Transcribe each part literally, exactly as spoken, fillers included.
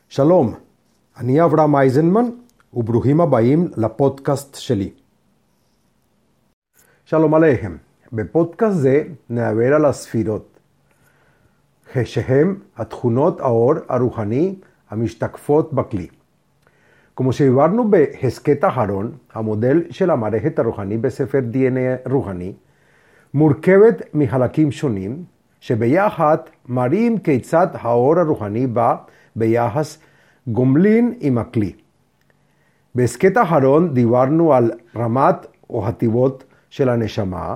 שלום, אני אברהם אייזנמן וברוכים הבאים לפודקאסט שלי. שלום עליכם, בפודקאסט זה נדבר על הספירות, שהם התכונות האור הרוחני המשתקפות בכלי. כמו שהעברנו בהסקט האחרון, המודל של המערכת הרוחנית בספר די אן איי רוחני מורכבת מחלקים שונים, שביחד מראים כיצד האור הרוחני בא ביחס גומלין עם הכלי. בהסקט האחרון דיברנו על רמת או הטיבות של הנשמה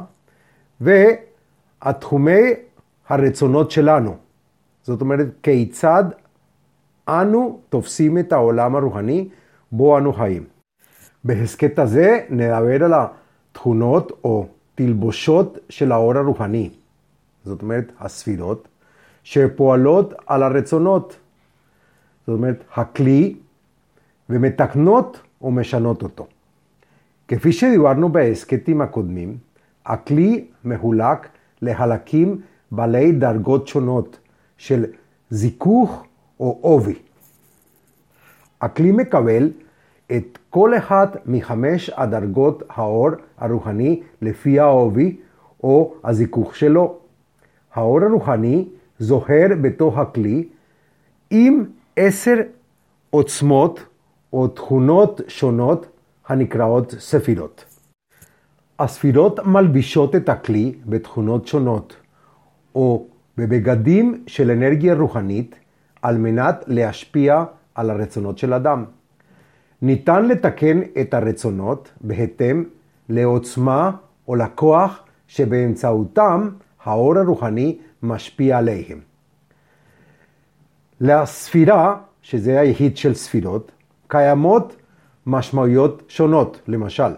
והתחומי הרצונות שלנו. זאת אומרת, כיצד אנו תופסים את העולם הרוחני בו אנו חיים. בהסקט הזה נדבר על התכונות או תלבושות של האור הרוחני. זאת אומרת, הספירות שפועלות על הרצונות. זאת אומרת, הכלי ומתקנות ומשנות אותו. כפי שדיברנו בהסקטים הקודמים, הכלי מחולק לחלקים בעלי דרגות שונות של זיכוך או עובי. הכלי מקבל את כל אחד מחמש הדרגות האור הרוחני לפי העובי או הזיכוך שלו. האור הרוחני זוהר בתוך הכלי עם עשר עוצמות או תכונות שונות הנקראות ספירות. הספירות מלבישות את הכלי בתכונות שונות או בבגדים של אנרגיה רוחנית על מנת להשפיע על הרצונות של אדם. ניתן לתקן את הרצונות בהתאם לעוצמה או לכוח שבאמצעותם האור הרוחני משפיע עליהם. לספירה, שזה היחיד של ספירות, קיימות משמעויות שונות. למשל,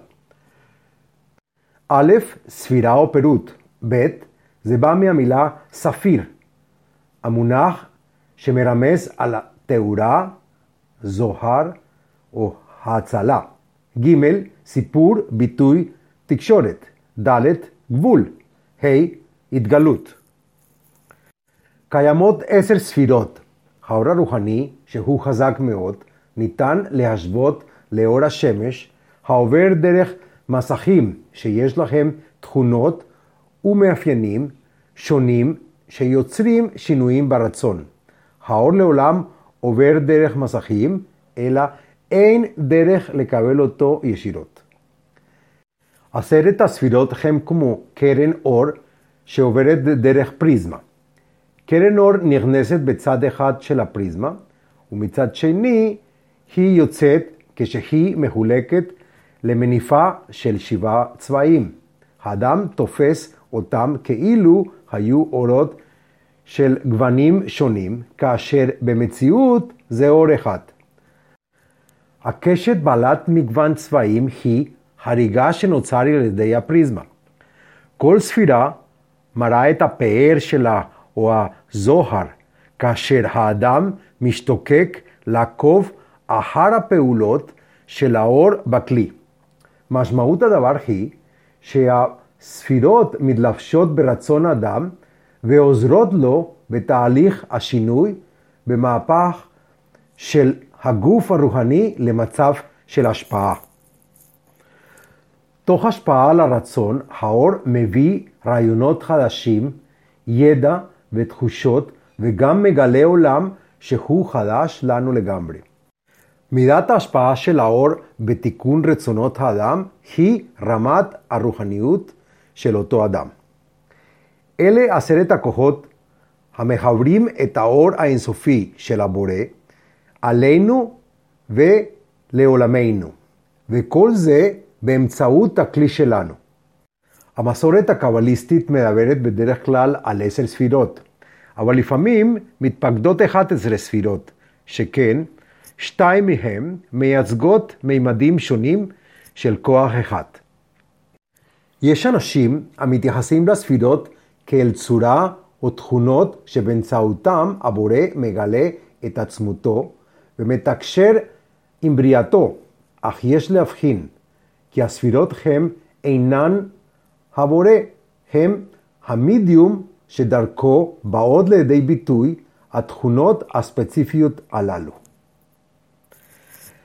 א', ספירה או פירוט. ב', זה בא מהמילה ספיר, המונח שמרמז על תאורה, זוהר או הצלה. ג', סיפור, ביטוי, תקשורת. ד', גבול. ה', התגלות. קיימות עשר ספירות. האור הרוחני, שהוא חזק מאוד, ניתן להשוות לאור השמש, העובר דרך מסכים שיש לכם תכונות ומאפיינים שונים שיוצרים שינויים ברצון. האור לעולם עובר דרך מסכים, אלא אין דרך לקבל אותו ישירות. עשרת הספירות הם כמו קרן אור שעוברת דרך פריזמה. קרן אור נכנסת בצד אחד של הפריזמה, ומצד שני היא יוצאת כשהיא מחולקת למניפה של שבעה צבעים. האדם תופס אותם כאילו היו אורות של גוונים שונים, כאשר במציאות זה אור אחד. הקשת בעלת מגוון צבעים היא הריגה שנוצר על ידי הפריזמה. כל ספירה מראה את הפאר שלה או הזוהר, כאשר האדם משתוקק לעקוב אחר הפעולות של האור בכלי. משמעות הדבר היא שהספירות מתלבשות ברצון האדם ועוזרות לו בתהליך השינוי במהפך של הגוף הרוחני למצב של השפעה. תוך השפעה על הרצון, האור מביא רעיונות חדשים, ידע ותחושות, וגם מגלה עולם שהוא חדש לנו לגמרי. מידת ההשפעה של האור בתיקון רצונות האדם היא רמת הרוחניות של אותו אדם. אלה עשרת הכוחות המחברים את האור האינסופי של הבורא עלינו ולעולמנו, וכל זה באמצעות הכלי שלנו. המסורת הקבליסטית מדברת בדרך כלל על עשר ספירות, אבל לפעמים מתפקדות אחת עשרה ספירות, שכן שתיים מהם מייצגות מימדים שונים של כוח אחד. יש אנשים המתייחסים לספירות כאל צורה או תכונות שבאמצעותם הבורא מגלה את עצמותו ומתקשר עם בריאתו, אך יש להבחין כי הספירות הם אינן הבורא, הם המדיום שדרכו באות לידי ביטוי התכונות הספציפיות הללו.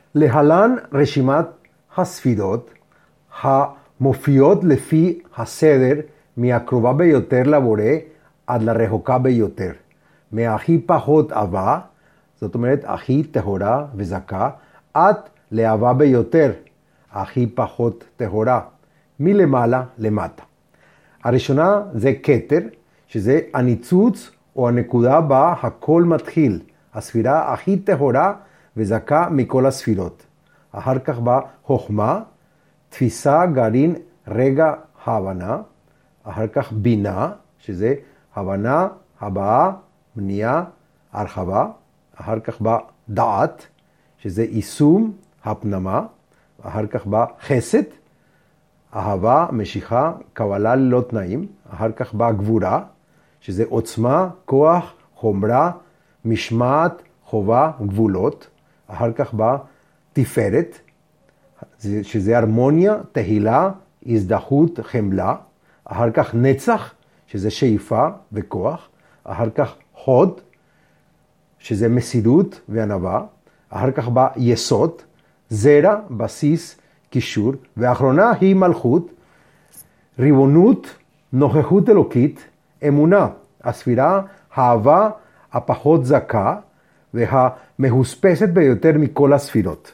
להלן רשימת הספירות המופיעות לפי הסדר מהקרובה ביותר לבורא עד לרחוקה ביותר. מהכי פחות אהבה, זאת אומרת הכי טהורה וזכה, עד לאהבה ביותר, הכי פחות טהורה, מלמעלה למטה. הראשונה זה כתר, שזה הניצוץ או הנקודה בה הכל מתחיל, הספירה הכי טהורה וזכה מכל הספירות. אחר כך בא חוכמה, תפיסה, גרעין, רגע, הבנה. אחר כך בינה, שזה הבנה, הבאה, בנייה, הרחבה. אחר כך בא דעת, שזה יישום, הפנמה. אחר כך בא חסד, אהבה, משיכה, קבלה ללא תנאים. אחר כך בא גבורה, שזה עוצמה, כוח, חומרה, משמעת, חובה, גבולות. אחר כך בא תפארת, שזה הרמוניה, תהילה, הזדהות, חמלה. אחר כך נצח, שזה שאיפה וכוח. אחר כך חוד, שזה מסירות וענווה. אחר כך בא יסוד, זרע, בסיס, קישור. ואחרונה היא מלכות, ריבונות, נוכחות אלוקית, אמונה, הספירה, האהבה, הפחות זכה והמהוספסת ביותר מכל הספירות.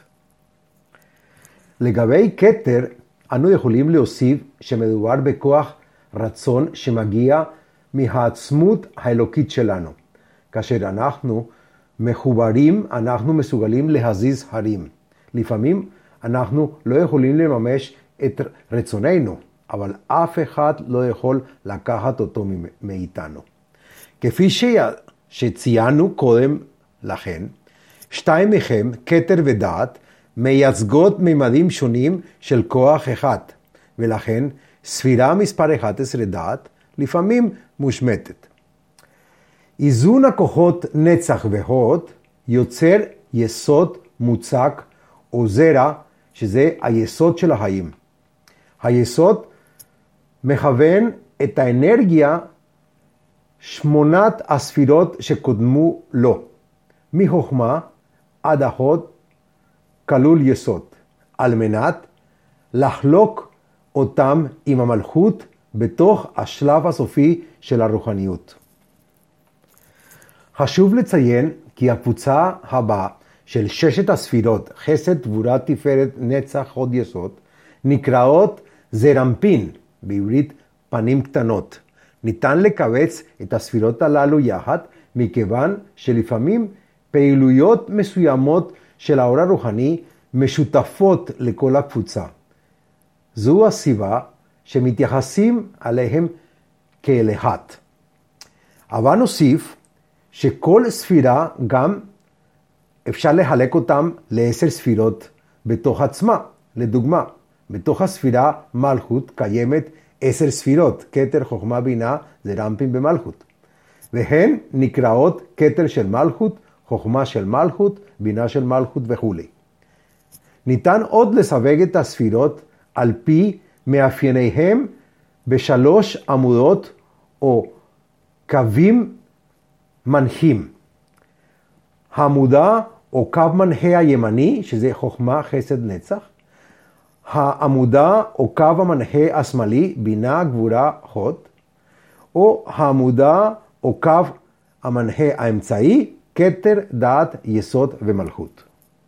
לגבי כתר, אנו יכולים להוסיף שמדובר בכוח רצון שמגיע מהעצמות האלוקית שלנו. כאשר אנחנו מחוברים, אנחנו מסוגלים להזיז הרים. לפעמים אנחנו לא יכולים לממש את רצוננו, אבל אף אחד לא יכול לקחת אותו מאיתנו. כפי שציינו קודם לכן, שתיים מכם, כתר ודעת, מייצגות ממדים שונים של כוח אחד, ולכן ספירה מספר אחת עשרה דעת לפעמים מושמטת. איזון הכוחות נצח והוד יוצר יסוד מוצק או זרע, שזה היסוד של החיים. היסוד מכוון את האנרגיה שמונת הספירות שקודמו לו. מחוכמה עד החוד כלול יסוד, על מנת לחלוק אותם עם המלכות בתוך השלב הסופי של הרוחניות. חשוב לציין כי הקבוצה הבאה של ששת הספירות, חסד, גבורה, תפארת, נצח, הוד, יסוד, נקראות זרמפין, בעברית פנים קטנות. ניתן לקבץ את הספירות הללו יחד, מכיוון שלפעמים פעילויות מסוימות של האור הרוחני משותפות לכל הקבוצה. זו הסיבה שמתייחסים עליהם כאל אחד. אבל נוסיף שכל ספירה גם אפשר לחלק אותם לעשר ספירות בתוך עצמה. לדוגמה, בתוך הספירה מלכות קיימת עשר ספירות, כתר, חוכמה, בינה, זרמפין במלכות. והן נקראות כתר של מלכות, חוכמה של מלכות, בינה של מלכות וכו'. ניתן עוד לסווג את הספירות על פי מאפייניהם בשלוש עמודות או קווים מנחים. העמודה או קו מנחה הימני, שזה חוכמה, חסד, נצח. העמודה או קו המנחה השמאלי, בינה, גבורה, הוד. או העמודה או קו המנחה האמצעי, כתר, דעת, יסוד ומלכות.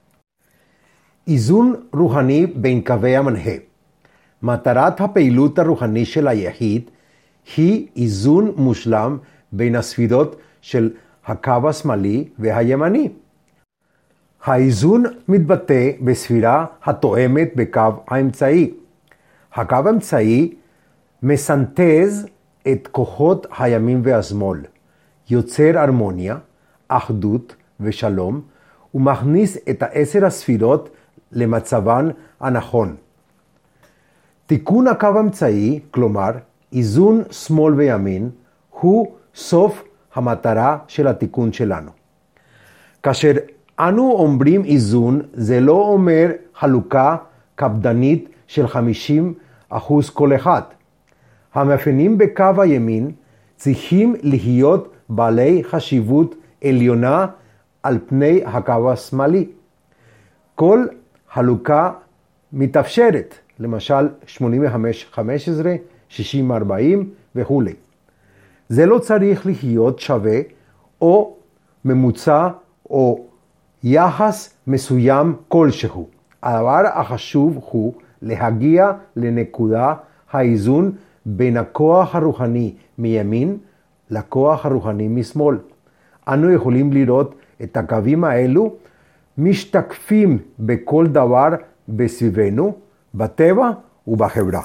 איזון רוחני בין קווי המנחה. מטרת הפעילות הרוחני של היחיד היא איזון מושלם בין הספירות של הקו השמאלי והימני. האיזון מתבטא בספירה התואמת בקו האמצעי. הקו האמצעי מסנטז את כוחות הימין והשמאל, יוצר הרמוניה, אחדות ושלום, ומכניס את העשר הספירות למצבן הנכון. תיקון הקו האמצעי, כלומר איזון שמאל וימין, הוא סוף המטרה של התיקון שלנו. כאשר אנו אומרים איזון, זה לא אומר חלוקה קפדנית של חמישים אחוז כל אחד. המאפיינים בקו הימין צריכים להיות בעלי חשיבות עליונה על פני הקו השמאלי. כל חלוקה מתאפשרת, למשל שמונים וחמש חמש עשרה, שישים ארבעים וכו'. זה לא צריך להיות שווה או ממוצע או יחס מסוים כלשהו. הדבר החשוב הוא להגיע לנקודה האיזון בין הכוח הרוחני מימין לכוח הרוחני משמאל. אנו יכולים לראות את הקווים האלו משתקפים בכל דבר בסביבנו, בטבע ובחברה.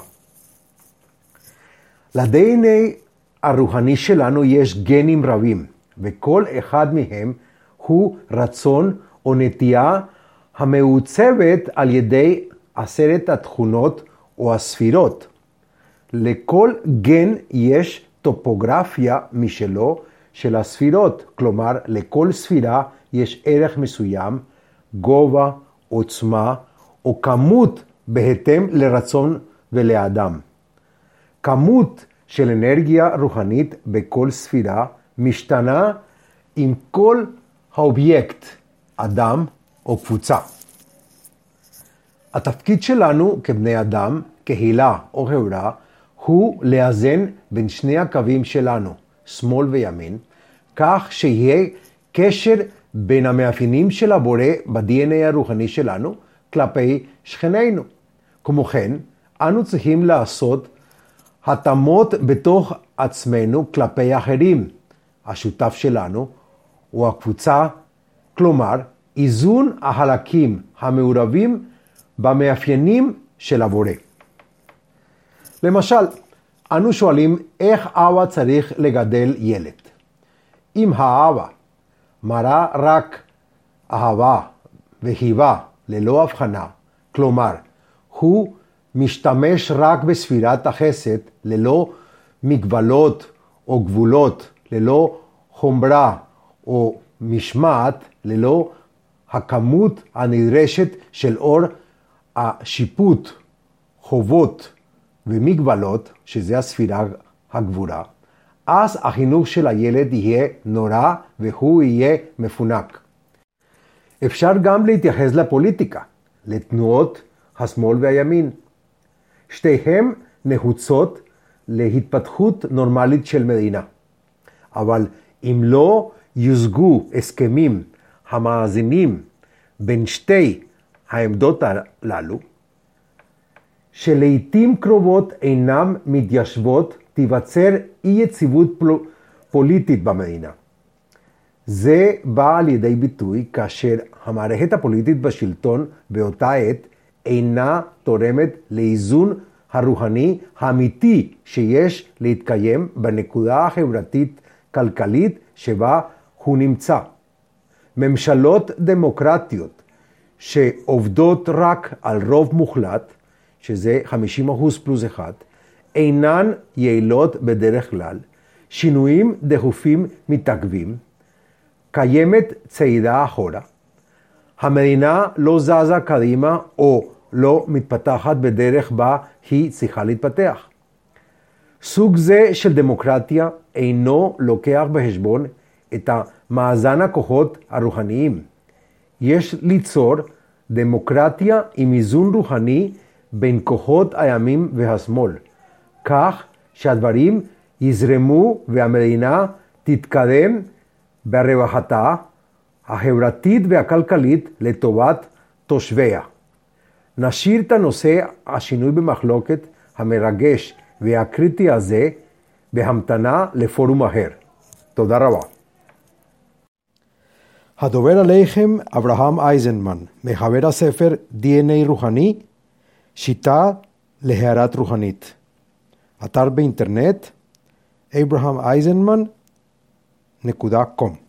ל-די אן איי הרוחני שלנו יש גנים רבים, וכל אחד מהם הוא רצון או נטייה המעוצבת על ידי עשרת התכונות או הספירות. לכל גן יש טופוגרפיה משלו של הספירות, כלומר לכל ספירה יש ערך מסוים, גובה, עוצמה או כמות בהתאם לרצון ולאדם. כמות של אנרגיה רוחנית בכל ספירה משתנה עם כל האובייקט, אדם או קבוצה. התפקיד שלנו כבני אדם, קהילה או חברה, הוא לאזן בין שני הקווים שלנו, שמאל וימין, כך שיהיה קשר בין המאפיינים של הבורא ב-די אן איי הרוחני שלנו כלפי שכנינו. כמו כן, אנו צריכים לעשות התאמות בתוך עצמנו כלפי אחרים, השותף שלנו או הקבוצה, כלומר, איזון החלקים המעורבים במאפיינים של הבורא. למשל, אנו שואלים איך אבא צריך לגדל ילד. אם האבא מראה רק אהבה וחיבה ללא הבחנה, כלומר, הוא משתמש רק בספירת החסד ללא מגבלות או גבולות, ללא חומרה או משמעת, ללא הכמות הנדרשת של אור השיפוט, חובות ומגבלות, שזה הספירה הגבורה, אז החינוך של הילד יהיה נורא והוא יהיה מפונק. אפשר גם להתייחס לפוליטיקה, לתנועות השמאל והימין. שתיהם נחוצות להתפתחות נורמלית של מדינה. אבל אם לא יושגו הסכמים המאזינים בין שתי העמדות הללו, שלעיתים קרובות אינם מתיישבות, תיווצר אי יציבות פוליטית במדינה. זה בא על ידי ביטוי כאשר המערכת הפוליטית בשלטון באותה עת אינה תורמת לאיזון הרוחני האמיתי שיש להתקיים בנקודה החברתית-כלכלית שבה הוא נמצא. ממשלות דמוקרטיות שעובדות רק על רוב מוחלט, שזה חמישים אחוז פלוס אחד, אינן יעילות בדרך כלל, שינויים דחופים מתעכבים, קיימת צעידה אחורה, המדינה לא זזה קדימה או לא מתפתחת בדרך בה היא צריכה להתפתח. סוג זה של דמוקרטיה אינו לוקח בחשבון את מאזן הכוחות הרוחניים. יש ליצור דמוקרטיה עם איזון רוחני בין כוחות הימין והשמאל, כך שהדברים יזרמו והמדינה תתקדם ברווחתה החברתית והכלכלית לטובת תושביה. נשאיר את הנושא השינוי במחלוקת המרגש והקריטי הזה בהמתנה לפורום אחר. תודה רבה. הדובר עליכם אברהם אייזנמן, מחבר הספר די אן איי רוחני, שיטה להארת רוחנית. אתר באינטרנט אברהם אייזנמן נקודה קום